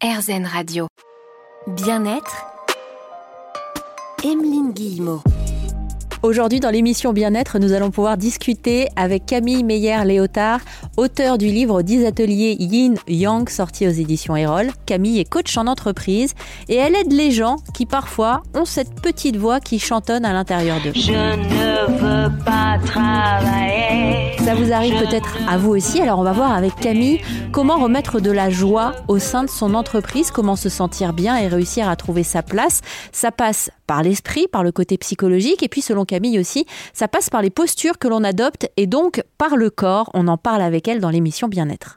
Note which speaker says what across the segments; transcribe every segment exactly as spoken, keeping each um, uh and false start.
Speaker 1: AirZen Radio. Bien-être, Emeline Guillemot.
Speaker 2: Aujourd'hui, dans l'émission Bien-être, nous allons pouvoir discuter avec Camille Meyer-Léotard, auteure du livre dix ateliers Yin Yang, sorti aux éditions Erol. Camille est coach en entreprise et elle aide les gens qui, parfois, ont cette petite voix qui chantonne à l'intérieur d'eux.
Speaker 3: Je ne veux pas travailler.
Speaker 2: Ça vous arrive peut-être à vous aussi. Alors, on va voir avec Camille comment remettre de la joie au sein de son entreprise, comment se sentir bien et réussir à trouver sa place. Ça passe par l'esprit, par le côté psychologique et puis, selon Camille aussi, ça passe par les postures que l'on adopte et donc par le corps. On en parle avec elle dans l'émission Bien-être.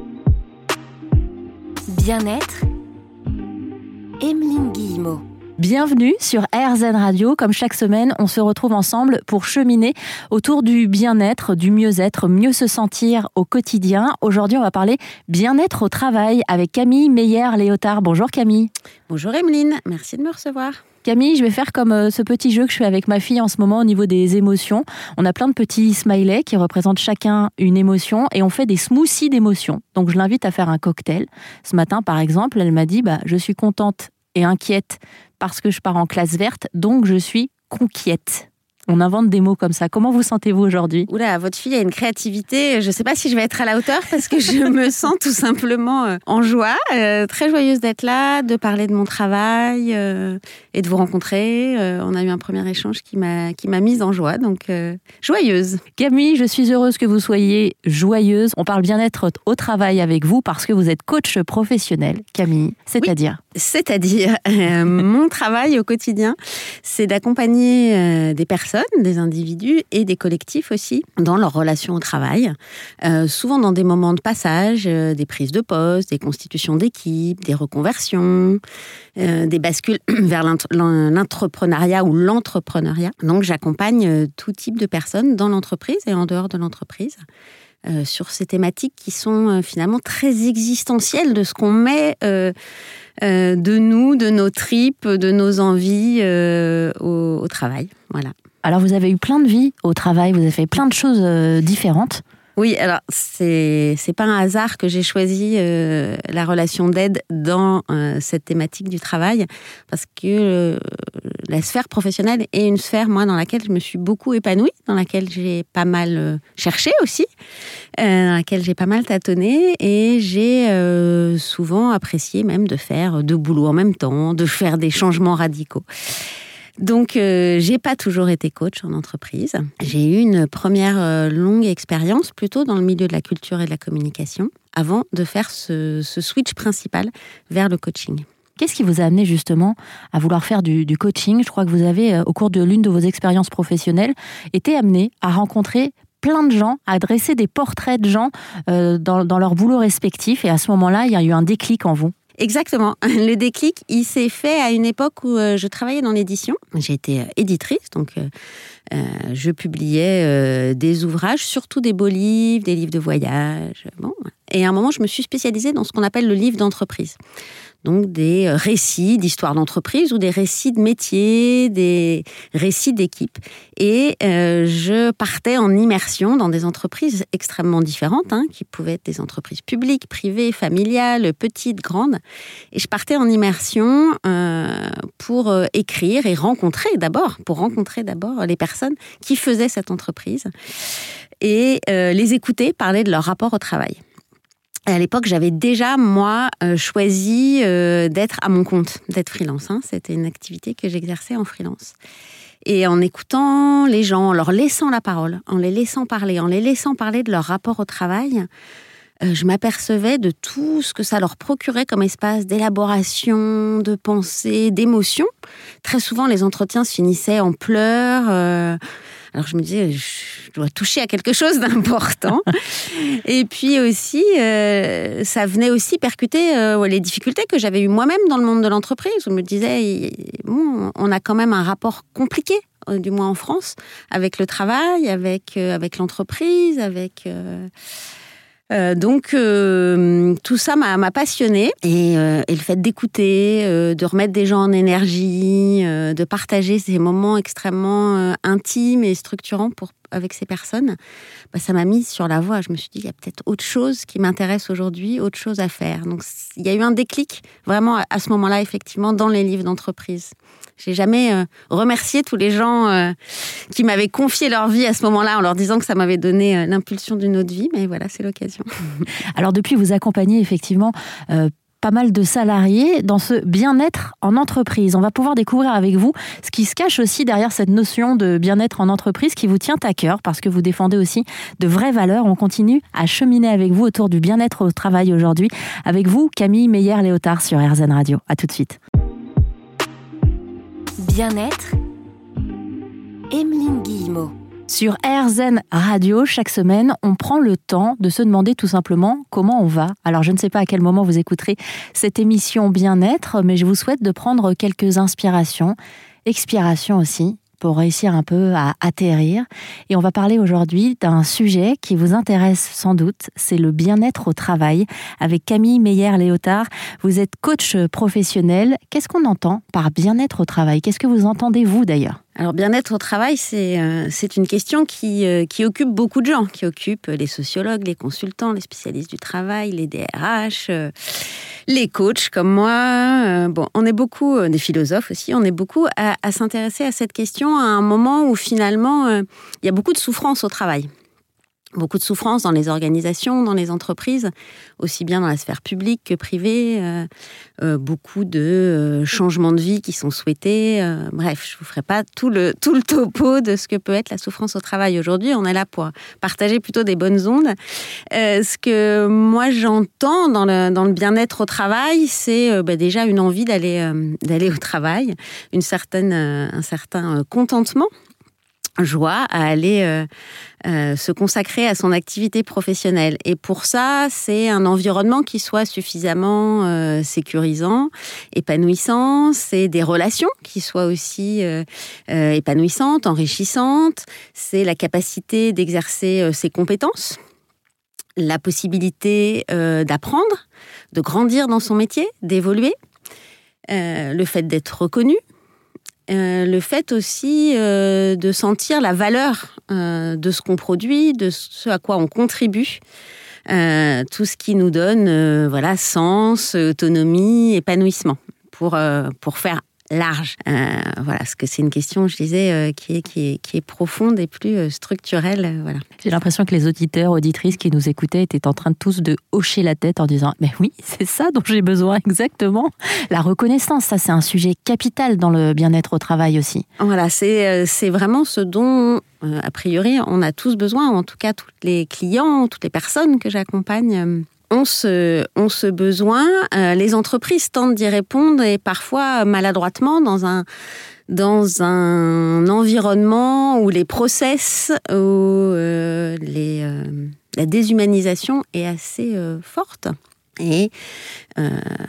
Speaker 1: Bien-être, Emeline Guillemot.
Speaker 2: Bienvenue sur AirZen Radio. Comme chaque semaine, on se retrouve ensemble pour cheminer autour du bien-être, du mieux-être, mieux se sentir au quotidien. Aujourd'hui, on va parler bien-être au travail avec Camille Meyer-Léotard. Bonjour Camille.
Speaker 4: Bonjour Emeline, merci de me recevoir.
Speaker 2: Camille, je vais faire comme ce petit jeu que je fais avec ma fille en ce moment au niveau des émotions. On a plein de petits smileys qui représentent chacun une émotion et on fait des smoothies d'émotions. Donc je l'invite à faire un cocktail. Ce matin, par exemple, elle m'a dit bah, « je suis contente et inquiète parce que je pars en classe verte, donc je suis conquiète ». On invente des mots comme ça. Comment vous sentez-vous aujourd'hui ?
Speaker 4: Oula, votre fille a une créativité. Je ne sais pas si je vais être à la hauteur parce que je me sens tout simplement en joie, euh, très joyeuse d'être là, de parler de mon travail euh, et de vous rencontrer. Euh, on a eu un premier échange qui m'a, qui m'a mise en joie, donc euh, joyeuse.
Speaker 2: Camille, je suis heureuse que vous soyez joyeuse. On parle bien-être au travail avec vous parce que vous êtes coach professionnel. Camille, c'est-à-dire ?
Speaker 4: Oui, c'est-à-dire, euh, mon travail au quotidien, c'est d'accompagner euh, des personnes, des individus et des collectifs aussi dans leur relation au travail, euh, souvent dans des moments de passage, euh, des prises de poste, des constitutions d'équipe, des reconversions, euh, des bascules vers l'entrepreneuriat ou l'entrepreneuriat. Donc j'accompagne euh, tout type de personnes dans l'entreprise et en dehors de l'entreprise. Euh, sur ces thématiques qui sont euh, finalement très existentielles de ce qu'on met euh, euh, de nous, de nos tripes, de nos envies euh, au, au travail. Voilà.
Speaker 2: Alors vous avez eu plein de vies au travail, vous avez fait plein de choses euh, différentes.
Speaker 4: Oui, alors c'est c'est pas un hasard que j'ai choisi euh, la relation d'aide dans euh, cette thématique du travail, parce que euh, la sphère professionnelle est une sphère, moi, dans laquelle je me suis beaucoup épanouie, dans laquelle j'ai pas mal euh, cherché aussi, euh, dans laquelle j'ai pas mal tâtonné, et j'ai euh, souvent apprécié même de faire deux boulots en même temps, de faire des changements radicaux. Donc, euh, j'ai pas toujours été coach en entreprise. J'ai eu une première euh, longue expérience plutôt dans le milieu de la culture et de la communication avant de faire ce, ce switch principal vers le coaching.
Speaker 2: Qu'est-ce qui vous a amené justement à vouloir faire du, du coaching ? Je crois que vous avez, euh, au cours de l'une de vos expériences professionnelles, été amené à rencontrer plein de gens, à dresser des portraits de gens euh, dans, dans leur boulot respectif. Et à ce moment-là, il y a eu un déclic en vous.
Speaker 4: Exactement. Le déclic, il s'est fait à une époque où euh, je travaillais dans l'édition. J'ai été euh, éditrice, donc euh, euh, je publiais euh, des ouvrages, surtout des beaux livres, des livres de voyage. Bon. Et à un moment, je me suis spécialisée dans ce qu'on appelle le livre d'entreprise. Donc des récits d'histoire d'entreprise ou des récits de métier, des récits d'équipe. Et euh, je partais en immersion dans des entreprises extrêmement différentes, hein, qui pouvaient être des entreprises publiques, privées, familiales, petites, grandes. Et je partais en immersion euh, pour euh, écrire et rencontrer d'abord, pour rencontrer d'abord les personnes qui faisaient cette entreprise et euh, les écouter parler de leur rapport au travail. Et à l'époque, j'avais déjà, moi, euh, choisi euh, d'être à mon compte, d'être freelance. Hein. C'était une activité que j'exerçais en freelance. Et en écoutant les gens, en leur laissant la parole, en les laissant parler, en les laissant parler de leur rapport au travail, euh, je m'apercevais de tout ce que ça leur procurait comme espace d'élaboration, de pensée, d'émotion. Très souvent, les entretiens se finissaient en pleurs. Euh, Alors je me disais, je dois toucher à quelque chose d'important. Et puis aussi, euh, ça venait aussi percuter euh, les difficultés que j'avais eues moi-même dans le monde de l'entreprise. Je me disais, bon, on a quand même un rapport compliqué, euh, du moins en France, avec le travail, avec, euh, avec l'entreprise, avec... Euh, Euh, donc, euh, tout ça m'a, m'a passionnée. Et, euh, et le fait d'écouter, euh, de remettre des gens en énergie, euh, de partager ces moments extrêmement euh, intimes et structurants pour avec ces personnes, bah, ça m'a mise sur la voie. Je me suis dit, il y a peut-être autre chose qui m'intéresse aujourd'hui, autre chose à faire. Donc, il y a eu un déclic, vraiment, à ce moment-là, effectivement, dans les livres d'entreprise. J'ai jamais euh, remercié tous les gens euh, qui m'avaient confié leur vie à ce moment-là en leur disant que ça m'avait donné euh, l'impulsion d'une autre vie, mais voilà, c'est l'occasion.
Speaker 2: Alors depuis, vous accompagnez effectivement euh, pas mal de salariés dans ce bien-être en entreprise. On va pouvoir découvrir avec vous ce qui se cache aussi derrière cette notion de bien-être en entreprise qui vous tient à cœur parce que vous défendez aussi de vraies valeurs. On continue à cheminer avec vous autour du bien-être au travail aujourd'hui. Avec vous, Camille Meyer-Léotard sur R Z N Radio. À tout de suite.
Speaker 1: Bien-être, Emeline Guillemot.
Speaker 2: Sur R Z N Radio, chaque semaine, on prend le temps de se demander tout simplement comment on va. Alors, je ne sais pas à quel moment vous écouterez cette émission Bien-être, mais je vous souhaite de prendre quelques inspirations, expirations aussi, pour réussir un peu à atterrir. Et on va parler aujourd'hui d'un sujet qui vous intéresse sans doute, c'est le bien-être au travail. Avec Camille Meyer-Léotard, vous êtes coach professionnel. Qu'est-ce qu'on entend par bien-être au travail ? Qu'est-ce que vous entendez, vous, d'ailleurs ?
Speaker 4: Alors, bien-être au travail, c'est, euh, c'est une question qui, euh, qui occupe beaucoup de gens, qui occupe les sociologues, les consultants, les spécialistes du travail, les D R H, euh, les coachs comme moi. Euh, bon, on est beaucoup, euh, des philosophes aussi, on est beaucoup à, à s'intéresser à cette question à un moment où finalement, euh, il y a beaucoup de souffrance au travail. Beaucoup de souffrance dans les organisations, dans les entreprises, aussi bien dans la sphère publique que privée. Euh, euh, beaucoup de euh, changements de vie qui sont souhaités. Euh, bref, je ne vous ferai pas tout le, tout le topo de ce que peut être la souffrance au travail aujourd'hui. On est là pour partager plutôt des bonnes ondes. Euh, ce que moi j'entends dans le, dans le bien-être au travail, c'est euh, bah, déjà une envie d'aller, euh, d'aller au travail, une certaine, euh, un certain euh, contentement, joie à aller euh, euh, se consacrer à son activité professionnelle. Et pour ça, c'est un environnement qui soit suffisamment euh, sécurisant, épanouissant. C'est des relations qui soient aussi euh, euh, épanouissantes, enrichissantes. C'est la capacité d'exercer euh, ses compétences, la possibilité euh, d'apprendre, de grandir dans son métier, d'évoluer, euh, le fait d'être reconnu. Euh, le fait aussi euh, de sentir la valeur euh, de ce qu'on produit, de ce à quoi on contribue, euh, tout ce qui nous donne euh, voilà, sens, autonomie, épanouissement, pour, euh, pour faire large. Euh, voilà, parce que c'est une question, je disais, euh, qui, est, qui, est, qui est profonde et plus euh, structurelle. Euh, voilà.
Speaker 2: J'ai l'impression que les auditeurs, auditrices qui nous écoutaient étaient en train tous de hocher la tête en disant « Mais oui, c'est ça dont j'ai besoin exactement !» La reconnaissance, ça c'est un sujet capital dans le bien-être au travail aussi.
Speaker 4: Voilà, c'est, euh, c'est vraiment ce dont, euh, a priori, on a tous besoin, en tout cas tous les clients, toutes les personnes que j'accompagne, euh, ont ce, ont ce besoin. Euh, les entreprises tentent d'y répondre et parfois maladroitement dans un, dans un environnement où les process, où euh, les, euh, la déshumanisation est assez euh, forte. Et euh,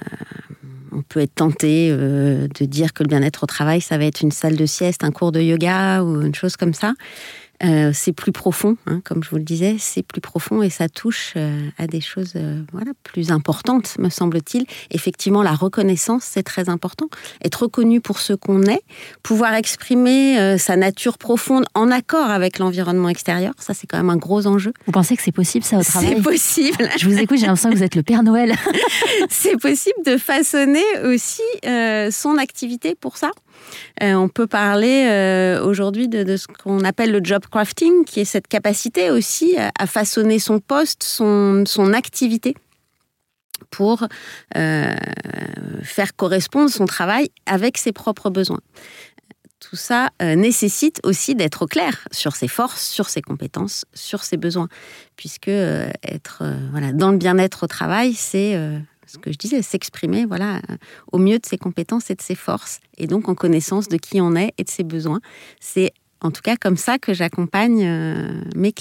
Speaker 4: on peut être tenté euh, de dire que le bien-être au travail, ça va être une salle de sieste, un cours de yoga ou une chose comme ça. Euh, c'est plus profond, hein, comme je vous le disais, c'est plus profond et ça touche euh, à des choses euh, voilà, plus importantes, me semble-t-il. Effectivement, la reconnaissance, c'est très important. Être reconnu pour ce qu'on est, pouvoir exprimer euh, sa nature profonde en accord avec l'environnement extérieur, ça c'est quand même un gros enjeu.
Speaker 2: Vous pensez que c'est possible ça au travail ?
Speaker 4: C'est possible.
Speaker 2: Je vous écoute, j'ai l'impression que vous êtes le Père Noël.
Speaker 4: C'est possible de façonner aussi euh, son activité pour ça. Euh, on peut parler euh, aujourd'hui de, de ce qu'on appelle le job crafting, qui est cette capacité aussi à, à façonner son poste, son, son activité, pour euh, faire correspondre son travail avec ses propres besoins. Tout ça euh, nécessite aussi d'être au clair sur ses forces, sur ses compétences, sur ses besoins, puisque euh, être euh, voilà, dans le bien-être au travail, c'est... Euh, ce que je disais, s'exprimer voilà, au mieux de ses compétences et de ses forces, et donc en connaissance de qui on est et de ses besoins. C'est en tout cas comme ça que j'accompagne euh, mes clients.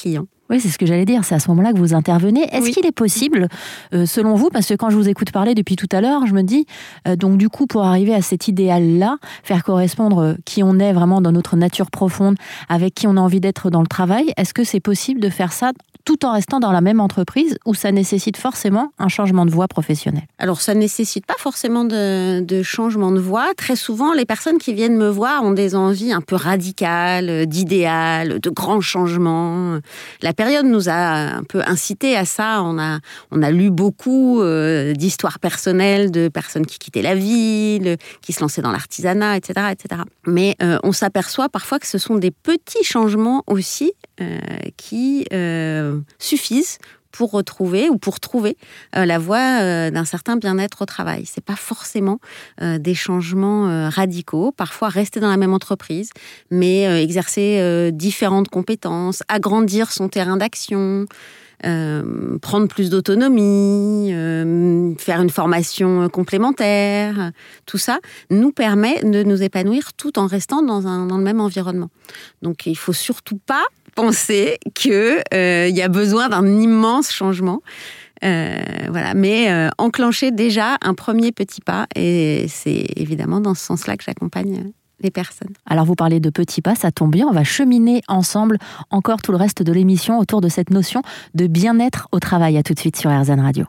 Speaker 2: Oui, c'est ce que j'allais dire, c'est à ce moment-là que vous intervenez. Est-ce
Speaker 4: Oui.
Speaker 2: qu'il est possible, euh, selon vous, parce que quand je vous écoute parler depuis tout à l'heure, je me dis, euh, donc du coup, pour arriver à cet idéal-là, faire correspondre qui on est vraiment dans notre nature profonde, avec qui on a envie d'être dans le travail, est-ce que c'est possible de faire ça tout en restant dans la même entreprise ou ça nécessite forcément un changement de voie professionnelle?
Speaker 4: Alors, ça ne nécessite pas forcément de, de changement de voie. Très souvent, les personnes qui viennent me voir ont des envies un peu radicales, d'idéal, de grands changements. La période nous a un peu incité à ça. On a, on a lu beaucoup euh, d'histoires personnelles de personnes qui quittaient la ville, qui se lançaient dans l'artisanat, et cetera, et cetera. Mais euh, on s'aperçoit parfois que ce sont des petits changements aussi euh, qui euh, suffisent pour retrouver ou pour trouver euh, la voie euh, d'un certain bien-être au travail. C'est pas forcément euh, des changements euh, radicaux. Parfois, rester dans la même entreprise, mais euh, exercer euh, différentes compétences, agrandir son terrain d'action, euh, prendre plus d'autonomie, euh, faire une formation complémentaire. Tout ça nous permet de nous épanouir tout en restant dans, un, dans le même environnement. Donc, il faut surtout pas penser qu'il euh, y a besoin d'un immense changement. Euh, voilà. Mais euh, enclencher déjà un premier petit pas, et c'est évidemment dans ce sens-là que j'accompagne les personnes.
Speaker 2: Alors vous parlez de petits pas, ça tombe bien, on va cheminer ensemble encore tout le reste de l'émission autour de cette notion de bien-être au travail. À tout de suite sur R Z N Radio.